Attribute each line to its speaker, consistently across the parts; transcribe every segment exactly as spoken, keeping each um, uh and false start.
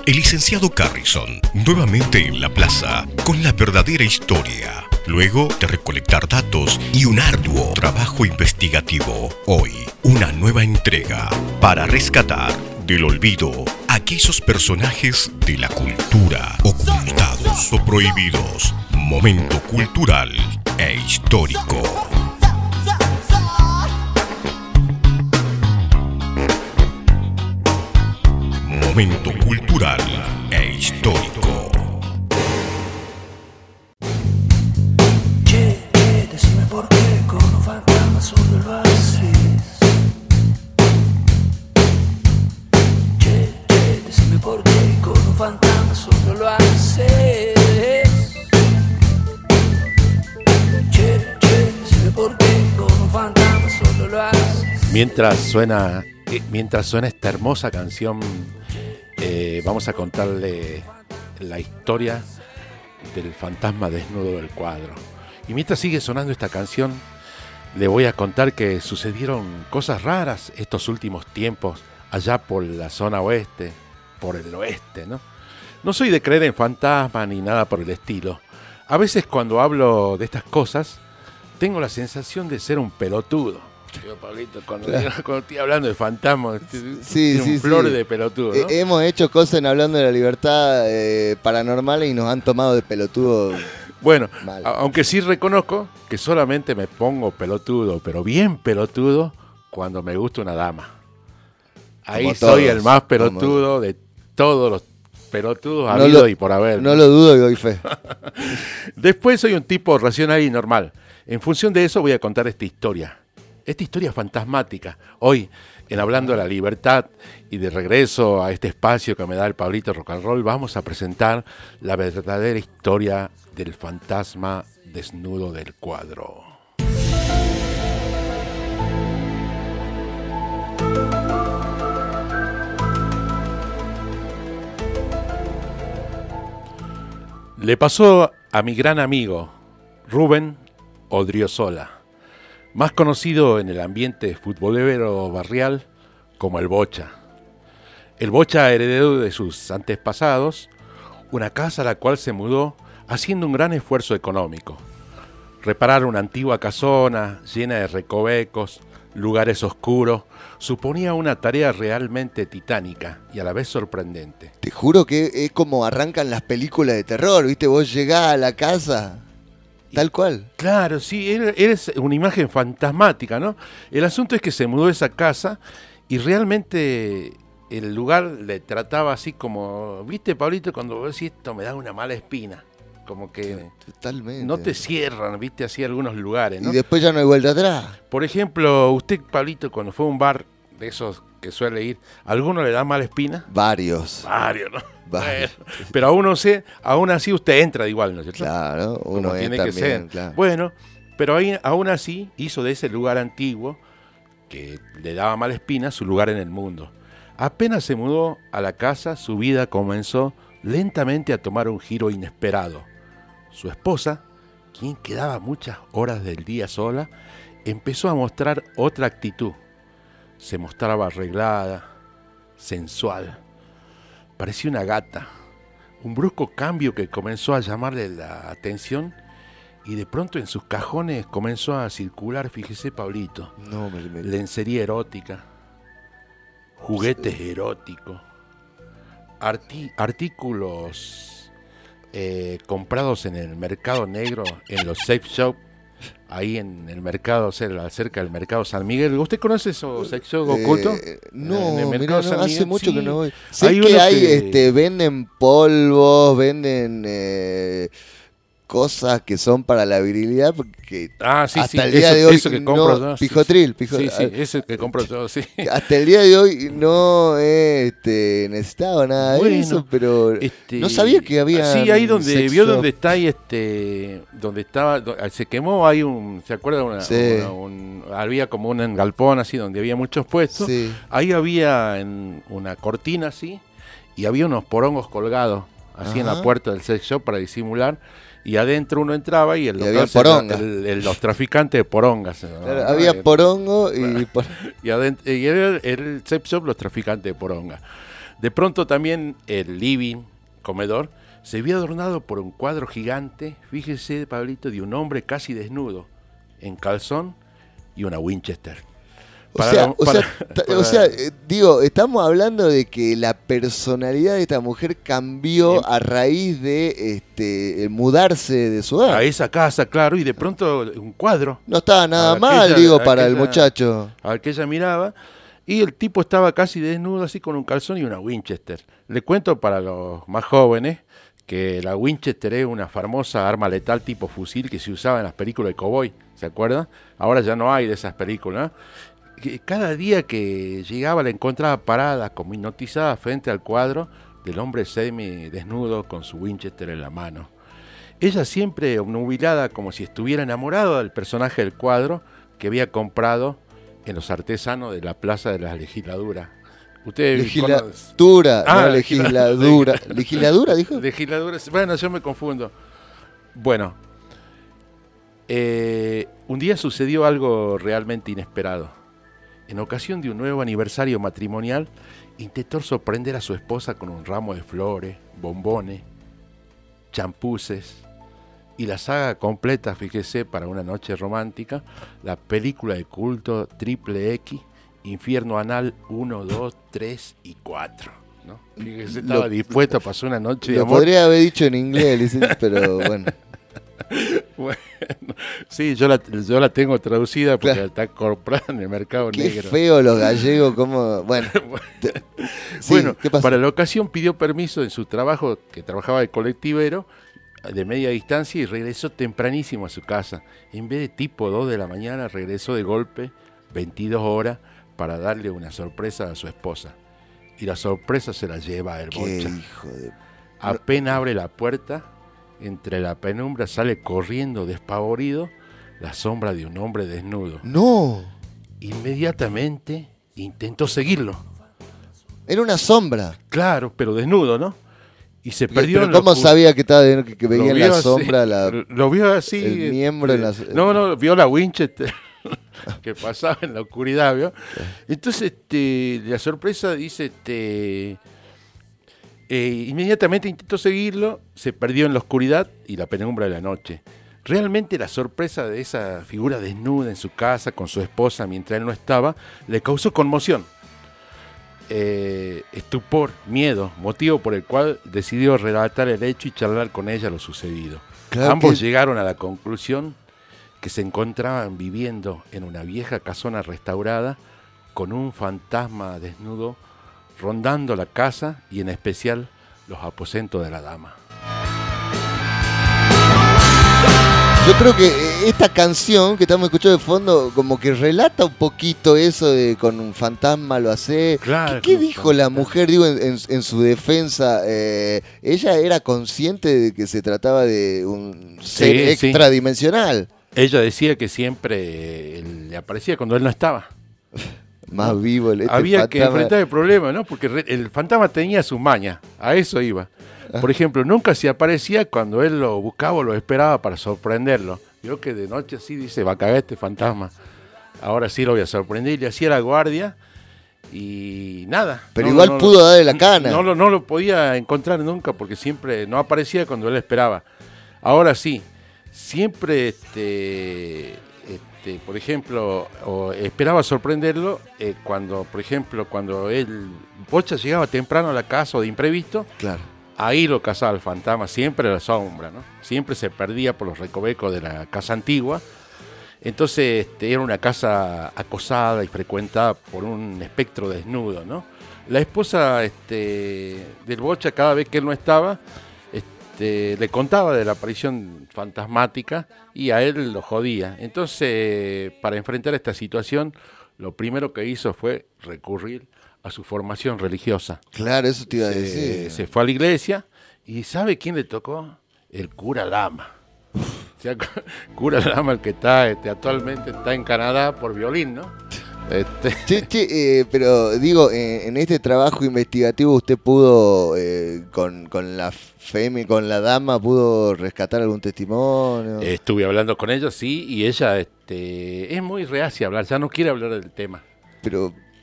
Speaker 1: El licenciado Carrison, nuevamente en la plaza, con la verdadera historia. Luego de recolectar datos y un arduo trabajo investigativo, hoy una nueva entrega para rescatar del olvido aquellos personajes de la cultura ocultados o prohibidos. Momento cultural e histórico. Momento cultural e histórico.
Speaker 2: Che, che, decime por qué con un fantasma solo lo haces. Che, che, decime por qué con un fantasma solo lo haces. Che, che, decime por qué con un fantasma solo lo haces.
Speaker 3: Mientras suena, eh, mientras suena esta hermosa canción, Eh, vamos a contarle la historia del fantasma desnudo del cuadro. Y mientras sigue sonando esta canción, le voy a contar que sucedieron cosas raras estos últimos tiempos allá por la zona oeste, por el oeste, ¿no? No soy de creer en fantasmas ni nada por el estilo. A veces cuando hablo de estas cosas, tengo la sensación de ser un pelotudo. Yo, Pablito, cuando, claro. cuando estoy hablando de fantasmas,
Speaker 4: sí,
Speaker 3: tiene
Speaker 4: sí,
Speaker 3: un flor
Speaker 4: sí.
Speaker 3: de pelotudo, ¿no?
Speaker 4: Eh, hemos hecho cosas en Hablando de la Libertad eh, paranormales y nos han tomado de pelotudo.
Speaker 3: Bueno,
Speaker 4: mal.
Speaker 3: a- aunque sí reconozco que solamente me pongo pelotudo, pero bien pelotudo, cuando me gusta una dama. Ahí
Speaker 4: Como
Speaker 3: soy
Speaker 4: todos,
Speaker 3: el más pelotudo
Speaker 4: como...
Speaker 3: de todos los pelotudos
Speaker 4: no
Speaker 3: habido
Speaker 4: lo,
Speaker 3: y por haber.
Speaker 4: No lo dudo y doy fe.
Speaker 3: Después soy un tipo racional y normal. En función de eso voy a contar esta historia. Esta historia fantasmática. Hoy, en Hablando de la Libertad y de regreso a este espacio que me da el Pablito Rock and Roll, vamos a presentar la verdadera historia del fantasma desnudo del cuadro. Le pasó a mi gran amigo, Rubén Odriozola, más conocido en el ambiente futbolero barrial como el Bocha. El Bocha heredó de sus antepasados una casa a la cual se mudó haciendo un gran esfuerzo económico. Reparar una antigua casona llena de recovecos, lugares oscuros, suponía una tarea realmente titánica y a la vez sorprendente.
Speaker 4: Te juro que es como arrancan las películas de terror, ¿viste? Vos llegás a la casa... Tal cual.
Speaker 3: Claro, sí, es una imagen fantasmática, ¿no? El asunto es que se mudó a esa casa y realmente el lugar le trataba así como, ¿viste, Pablito? Cuando vos decís esto me da una mala espina, como que
Speaker 4: Totalmente.
Speaker 3: No te cierran, ¿viste? Así algunos lugares, ¿no?
Speaker 4: Y después ya no hay vuelta atrás.
Speaker 3: Por ejemplo, usted, Pablito, cuando fue a un bar de esos que suele ir, ¿alguno le da mala espina?
Speaker 4: Varios.
Speaker 3: Varios, ¿no?
Speaker 4: Varios.
Speaker 3: Bueno, pero aún, no sé, aún así usted entra de igual, ¿no es cierto?
Speaker 4: Claro, uno
Speaker 3: Como
Speaker 4: es
Speaker 3: tiene
Speaker 4: también,
Speaker 3: que ser.
Speaker 4: claro.
Speaker 3: Bueno, pero ahí, aún así hizo de ese lugar antiguo, que le daba mala espina, su lugar en el mundo. Apenas se mudó a la casa, su vida comenzó lentamente a tomar un giro inesperado. Su esposa, quien quedaba muchas horas del día sola, empezó a mostrar otra actitud. Se mostraba arreglada, sensual. Parecía una gata. Un brusco cambio que comenzó a llamarle la atención y de pronto en sus cajones comenzó a circular, fíjese, Pablito,
Speaker 4: No, me, me...
Speaker 3: lencería erótica, juguetes eróticos, arti- artículos eh, comprados en el mercado negro, en los sex shop, ahí en el mercado, cerca del mercado San Miguel. ¿Usted conoce esos sex shop ocultos?
Speaker 4: Eh, no,
Speaker 3: En el
Speaker 4: mirá,
Speaker 3: mercado
Speaker 4: no,
Speaker 3: San
Speaker 4: hace
Speaker 3: Miguel,
Speaker 4: mucho
Speaker 3: sí.
Speaker 4: que no voy. Sé
Speaker 3: Hay
Speaker 4: que
Speaker 3: uno
Speaker 4: hay,
Speaker 3: que-
Speaker 4: este, venden polvos, venden eh, cosas que son para la virilidad, porque
Speaker 3: Ah, sí,
Speaker 4: hasta
Speaker 3: sí,
Speaker 4: el día
Speaker 3: eso,
Speaker 4: de hoy
Speaker 3: eso que compro
Speaker 4: no,
Speaker 3: yo, sí,
Speaker 4: pijotril,
Speaker 3: sí,
Speaker 4: pijo-
Speaker 3: sí, sí, eso que compro yo, sí.
Speaker 4: hasta el día de hoy no he este, necesitado nada de
Speaker 3: Bueno,
Speaker 4: eso, pero
Speaker 3: Este,
Speaker 4: no sabía que había.
Speaker 3: Sí, ahí donde
Speaker 4: sex
Speaker 3: vio
Speaker 4: shop.
Speaker 3: donde está ahí este donde estaba do- se quemó ahí un, ¿se acuerda? Una,
Speaker 4: Sí.
Speaker 3: una- un, había como un galpón así donde había muchos puestos.
Speaker 4: Sí.
Speaker 3: Ahí había en una cortina así y había unos porongos colgados así en
Speaker 4: Ajá.
Speaker 3: la puerta del sex shop para disimular. Y adentro uno entraba y el
Speaker 4: Y
Speaker 3: local
Speaker 4: había
Speaker 3: se-
Speaker 4: poronga.
Speaker 3: el- el- los traficantes de porongas. ¿no?
Speaker 4: Claro, había
Speaker 3: Eh,
Speaker 4: porongo y por-
Speaker 3: y, adentro, y era el, era el sex shop los traficantes de poronga. De pronto también el living, comedor, se vio adornado por un cuadro gigante, fíjese, Pablito, de un hombre casi desnudo, en calzón y una Winchester.
Speaker 4: O sea, para, o, sea, para, para, o sea, eh, digo, estamos hablando de que la personalidad de esta mujer cambió eh, a raíz de este mudarse de su hogar.
Speaker 3: A esa casa, claro, y de pronto un cuadro.
Speaker 4: No estaba nada mal, aquella, digo, para aquella, el muchacho.
Speaker 3: Al que ella miraba, y el tipo estaba casi desnudo, así con un calzón y una Winchester. Le cuento para los más jóvenes que la Winchester es una famosa arma letal tipo fusil que se usaba en las películas de cowboy, ¿se acuerdan? Ahora ya no hay de esas películas, ¿no? Cada día que llegaba la encontraba parada, como hipnotizada frente al cuadro del hombre semi desnudo con su Winchester en la mano. Ella siempre obnubilada como si estuviera enamorada del personaje del cuadro que había comprado en los artesanos de la Plaza de la Legislatura. Usted
Speaker 4: legislatura, ah, no, legisladura. ¿Legisladura dijo?
Speaker 3: Legisladura, bueno, yo me confundo. Bueno, eh, un día sucedió algo realmente inesperado. En ocasión de un nuevo aniversario matrimonial, intentó sorprender a su esposa con un ramo de flores, bombones, champuses y la saga completa, fíjese, para una noche romántica, la película de culto Triple X, Infierno Anal uno, dos, tres y cuatro. ¿No? Fíjese, estaba lo, dispuesto a pasar una noche de
Speaker 4: lo
Speaker 3: amor.
Speaker 4: Lo podría haber dicho en inglés, pero bueno.
Speaker 3: Bueno, sí, yo la, yo la tengo traducida porque claro. está comprada en el mercado
Speaker 4: Qué
Speaker 3: negro.
Speaker 4: Qué feo los gallegos, como bueno.
Speaker 3: Sí, bueno, ¿qué pasó? Para la ocasión pidió permiso en su trabajo, que trabajaba de colectivero, de media distancia, y regresó tempranísimo a su casa. En vez de tipo dos de la mañana, regresó de golpe, veintidós horas, para darle una sorpresa a su esposa. Y la sorpresa se la lleva el Bocha.
Speaker 4: Hijo de...
Speaker 3: Apenas abre la puerta, entre la penumbra sale corriendo despavorido la sombra de un hombre desnudo.
Speaker 4: ¡No!
Speaker 3: Inmediatamente intentó seguirlo.
Speaker 4: Era una sombra.
Speaker 3: Claro, pero desnudo, ¿no? Y se perdió.
Speaker 4: ¿Pero cómo sabía que estaba que, que veía en la
Speaker 3: así,
Speaker 4: sombra la,
Speaker 3: lo vio así,
Speaker 4: el miembro
Speaker 3: este,
Speaker 4: en la...
Speaker 3: No, no, vio la Winchester que pasaba en la oscuridad, ¿vio? Entonces, este, la sorpresa dice, este... Eh, inmediatamente intentó seguirlo, se perdió en la oscuridad y la penumbra de la noche. Realmente la sorpresa de esa figura desnuda en su casa con su esposa mientras él no estaba le causó conmoción, eh, estupor, miedo, motivo por el cual decidió relatar el hecho y charlar con ella lo sucedido. Claro. Ambos que... llegaron a la conclusión que se encontraban viviendo en una vieja casona restaurada con un fantasma desnudo rondando la casa y en especial los aposentos de la dama.
Speaker 4: Yo creo que esta canción que estamos escuchando de fondo como que relata un poquito eso de con un fantasma lo hace.
Speaker 3: Claro,
Speaker 4: ¿Qué, qué dijo la mujer, digo, en, en, en su defensa? Eh, ella era consciente de que se trataba de un ser sí, extradimensional.
Speaker 3: Sí. Ella decía que siempre le aparecía cuando él no estaba.
Speaker 4: Más ¿no? vivo el este
Speaker 3: había
Speaker 4: fantasma.
Speaker 3: Que enfrentar el problema, ¿no? Porque el fantasma tenía sus mañas, a eso iba. Por ejemplo, nunca se aparecía cuando él lo buscaba o lo esperaba para sorprenderlo. Yo que de noche así dice, va a caer este fantasma, ahora sí lo voy a sorprender, y le hacía la guardia y nada.
Speaker 4: Pero
Speaker 3: no,
Speaker 4: igual
Speaker 3: no,
Speaker 4: pudo darle la cana.
Speaker 3: No, no, no lo podía encontrar nunca porque siempre no aparecía cuando él esperaba. Ahora sí, siempre este... Este, por ejemplo, o esperaba sorprenderlo eh, cuando, por ejemplo, cuando él, Bocha llegaba temprano a la casa o de imprevisto,
Speaker 4: claro.
Speaker 3: Ahí lo cazaba el fantasma, siempre a la sombra, ¿no? Siempre se perdía por los recovecos de la casa antigua. Entonces este, era una casa acosada y frecuentada por un espectro desnudo, ¿no? La esposa este, del Bocha, cada vez que él no estaba, este, le contaba de la aparición fantasmática y a él lo jodía. Entonces, para enfrentar esta situación, lo primero que hizo fue recurrir a su formación religiosa.
Speaker 4: Claro, eso te iba a
Speaker 3: se,
Speaker 4: decir.
Speaker 3: Se fue a la iglesia y ¿sabe quién le tocó? El cura Lama. O sea, cura Lama, el que está este, actualmente está en Canadá por violín, ¿no? Este.
Speaker 4: Che, che, eh, pero digo, eh, en este trabajo investigativo usted pudo, eh, con, con la Femi, con la dama, pudo rescatar algún testimonio.
Speaker 3: Estuve hablando con ella, sí, y ella este, es muy reacia a hablar, ya no quiere hablar del tema.
Speaker 4: Pero,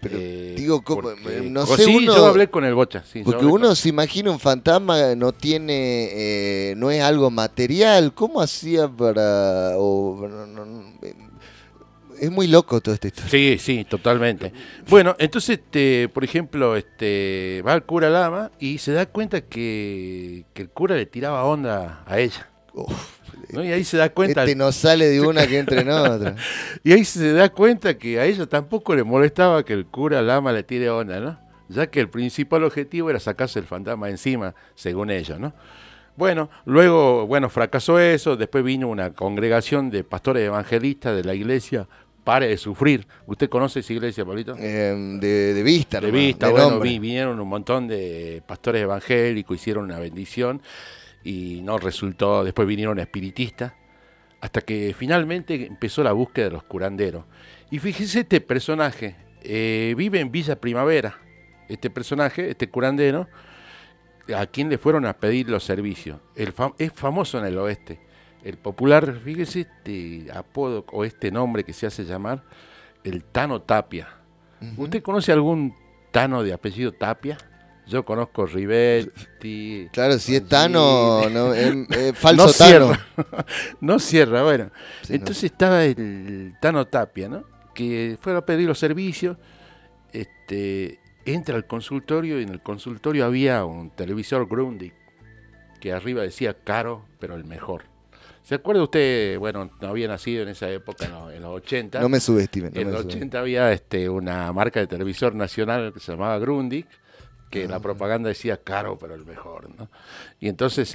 Speaker 4: Pero
Speaker 3: eh,
Speaker 4: digo, ¿cómo?
Speaker 3: porque,
Speaker 4: no sé,
Speaker 3: sí,
Speaker 4: uno,
Speaker 3: yo hablé con el Bocha. Sí,
Speaker 4: porque uno con... se imagina un fantasma, no tiene, eh, no es algo material. ¿Cómo hacía para...? O, no, no, no, es muy loco todo esto.
Speaker 3: Sí, sí, totalmente. Bueno, entonces, este, por ejemplo, este, va el cura Lama y se da cuenta que, que el cura le tiraba onda a ella. Uf. ¿No? Y ahí se da cuenta.
Speaker 4: Este no sale de una que entre en otra.
Speaker 3: Y ahí se da cuenta que a ella tampoco le molestaba que el cura Lama le tire onda, ¿no? Ya que el principal objetivo era sacarse el fantasma encima, según ella, ¿no? Bueno, luego, bueno, fracasó eso, después vino una congregación de pastores evangelistas de la iglesia Pare de Sufrir. ¿Usted conoce esa iglesia, Pablito?
Speaker 4: Eh, de, de vista,
Speaker 3: De
Speaker 4: nomás,
Speaker 3: vista,
Speaker 4: de
Speaker 3: bueno, vi, vinieron un montón de pastores evangélicos, hicieron una bendición y no resultó, después vinieron espiritistas, hasta que finalmente empezó la búsqueda de los curanderos. Y fíjese, este personaje eh, vive en Villa Primavera, este personaje, este curandero, a quien le fueron a pedir los servicios. El fam- es famoso en el oeste. El popular, fíjese este apodo o este nombre que se hace llamar, el Tano Tapia. Uh-huh. ¿Usted conoce algún Tano de apellido Tapia? Yo conozco Rivetti.
Speaker 4: Claro, si es Tano, no, es, es falso
Speaker 3: no
Speaker 4: Tano.
Speaker 3: Cierra. No cierra, bueno.
Speaker 4: Sí,
Speaker 3: Entonces
Speaker 4: no.
Speaker 3: estaba el Tano Tapia, ¿no? Que fue a pedir los servicios, este, entra al consultorio y en el consultorio había un televisor Grundig que arriba decía caro, pero el mejor. ¿Se acuerda usted? Bueno, no había nacido en esa época, no, en los ochenta.
Speaker 4: No me subestimen. No
Speaker 3: en
Speaker 4: me
Speaker 3: los
Speaker 4: subestimen.
Speaker 3: ochenta había este, una marca de televisor nacional que se llamaba Grundig, que en la propaganda decía caro, pero el mejor, ¿no? Y entonces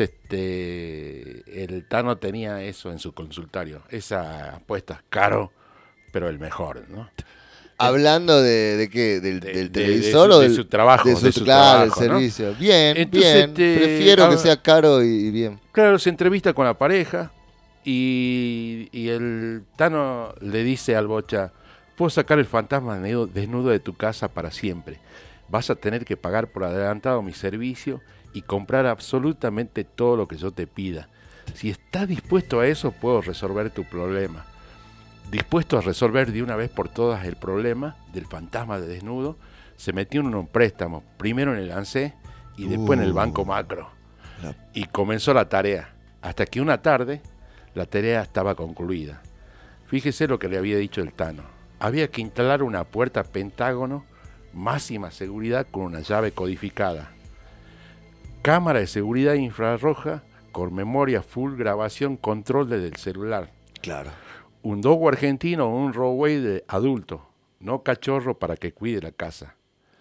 Speaker 3: este el Tano tenía eso en su consultorio, esa apuesta, caro, pero el mejor, ¿no?
Speaker 4: Hablando de, de qué, del,
Speaker 3: De,
Speaker 4: del
Speaker 3: de,
Speaker 4: televisor
Speaker 3: de su,
Speaker 4: o del
Speaker 3: de su trabajo,
Speaker 4: de su,
Speaker 3: de su
Speaker 4: claro,
Speaker 3: trabajo,
Speaker 4: el
Speaker 3: ¿no?
Speaker 4: servicio. Bien,
Speaker 3: Entonces,
Speaker 4: bien.
Speaker 3: este,
Speaker 4: Prefiero
Speaker 3: ah,
Speaker 4: que sea caro y, y bien.
Speaker 3: Claro, se entrevista con la pareja y, y el Tano le dice al Bocha, puedo sacar el fantasma desnudo de tu casa para siempre. Vas a tener que pagar por adelantado mi servicio y comprar absolutamente todo lo que yo te pida. Si estás dispuesto a eso, puedo resolver tu problema. Dispuesto a resolver de una vez por todas el problema del fantasma de desnudo, se metió en un préstamo, primero en el ANSE y después uh, en el Banco Macro. La... Y comenzó la tarea, hasta que una tarde la tarea estaba concluida. Fíjese lo que le había dicho el Tano. Había que instalar una puerta pentágono, máxima seguridad con una llave codificada. Cámara de seguridad infrarroja con memoria full, grabación, control desde el celular.
Speaker 4: Claro. Un
Speaker 3: dogo argentino o un Rowway de adulto, no cachorro para que cuide la casa.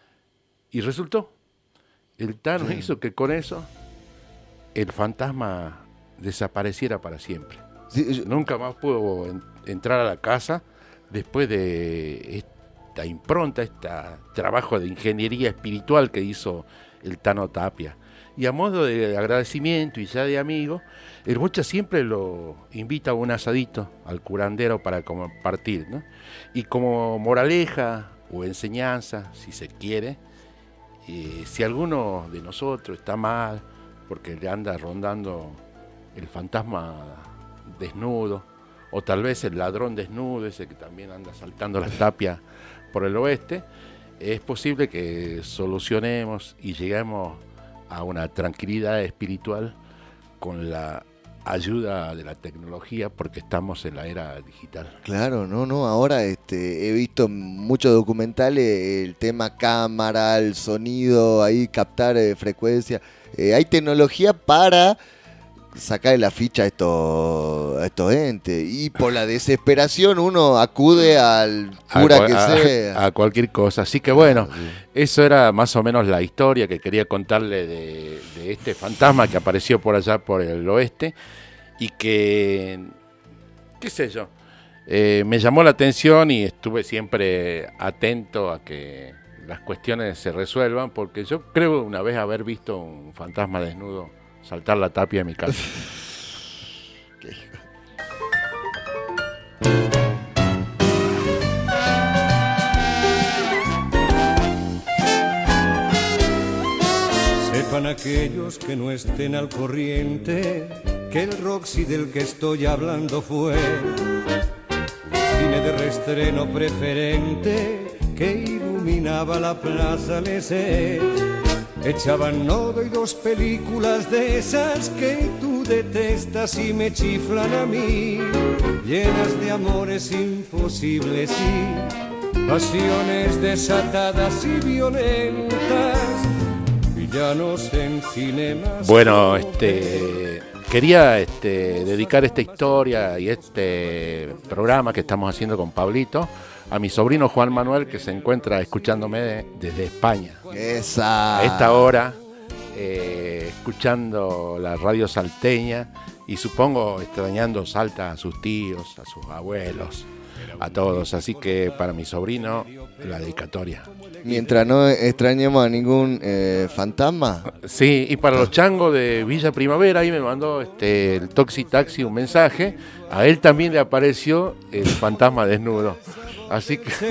Speaker 3: Y resultó. El Tano sí. hizo que con eso el fantasma desapareciera para siempre. Sí, yo... Nunca más pudo en, entrar a la casa después de esta impronta, este trabajo de ingeniería espiritual que hizo el Tano Tapia. Y a modo de agradecimiento y ya de amigo, el Bocha siempre lo invita a un asadito al curandero para compartir, ¿no? Y como moraleja o enseñanza, si se quiere, eh, si alguno de nosotros está mal porque le anda rondando el fantasma desnudo, o tal vez el ladrón desnudo, ese que también anda saltando las tapias por el oeste, es posible que solucionemos y lleguemos a una tranquilidad espiritual con la ayuda de la tecnología, porque estamos en la era digital.
Speaker 4: Claro, no, no, ahora este, he visto muchos documentales, el tema cámara, el sonido, ahí captar eh, frecuencia, eh, hay tecnología para sacar la ficha a estos, a estos entes, y por la desesperación uno acude al cura a, que
Speaker 3: a,
Speaker 4: sea.
Speaker 3: A cualquier cosa, así que bueno, ah, sí. Eso era más o menos la historia que quería contarle de, de este fantasma que apareció por allá por el oeste, y que, qué sé yo, eh, me llamó la atención y estuve siempre atento a que las cuestiones se resuelvan, porque yo creo una vez haber visto un fantasma desnudo saltar la tapia de mi casa. Qué hijo.
Speaker 5: Sepan aquellos que no estén al corriente que el Roxy del que estoy hablando fue cine de reestreno preferente que iluminaba la plaza Lesseps. Echaban nodo y dos películas de esas que tú detestas y me chiflan a mí, llenas de amores imposibles y pasiones desatadas y violentas, villanos en cinemas.
Speaker 3: Bueno, este quería este, dedicar esta historia y este programa que estamos haciendo con Pablito a mi sobrino Juan Manuel, que se encuentra escuchándome de, desde España.
Speaker 4: Esa.
Speaker 3: A esta hora, eh, escuchando la radio salteña y supongo extrañando Salta a sus tíos, a sus abuelos, a todos. Así que para mi sobrino, la dedicatoria.
Speaker 4: Mientras no extrañemos a ningún eh, fantasma.
Speaker 3: Sí, y para los changos de Villa Primavera, ahí me mandó este, el Toxi Taxi un mensaje. A él también le apareció el fantasma desnudo. Así que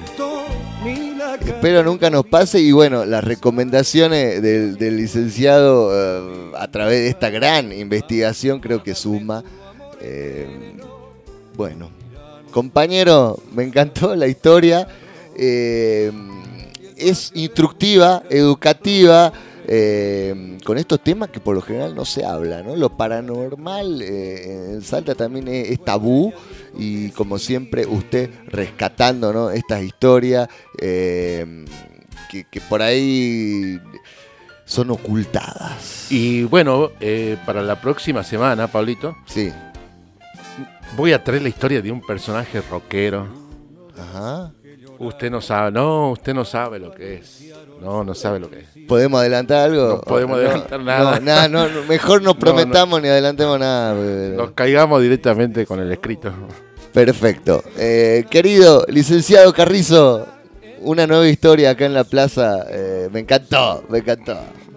Speaker 4: espero nunca nos pase. Y bueno, las recomendaciones del, del licenciado eh, a través de esta gran investigación creo que suma. Eh, bueno, compañero, me encantó la historia. Eh, es instructiva, educativa, eh, con estos temas que por lo general no se habla, ¿no? Lo paranormal eh, en Salta también es, es tabú, y como siempre usted rescatando, ¿no?, estas historias eh, que, que por ahí son ocultadas.
Speaker 3: Y bueno, eh, para la próxima semana, Pablito,
Speaker 4: sí,
Speaker 3: voy a traer la historia de un personaje rockero.
Speaker 4: Ajá.
Speaker 3: Usted no sabe, no, usted no sabe lo que es. No, no sabe lo que es.
Speaker 4: ¿Podemos adelantar algo?
Speaker 3: No podemos
Speaker 4: no,
Speaker 3: adelantar nada.
Speaker 4: No, nada no, no, mejor no prometamos no, no. ni adelantemos nada.
Speaker 3: Nos caigamos directamente con el escrito.
Speaker 4: Perfecto. Eh, querido licenciado Carrizo, una nueva historia acá en la plaza. Eh, me encantó, me encantó.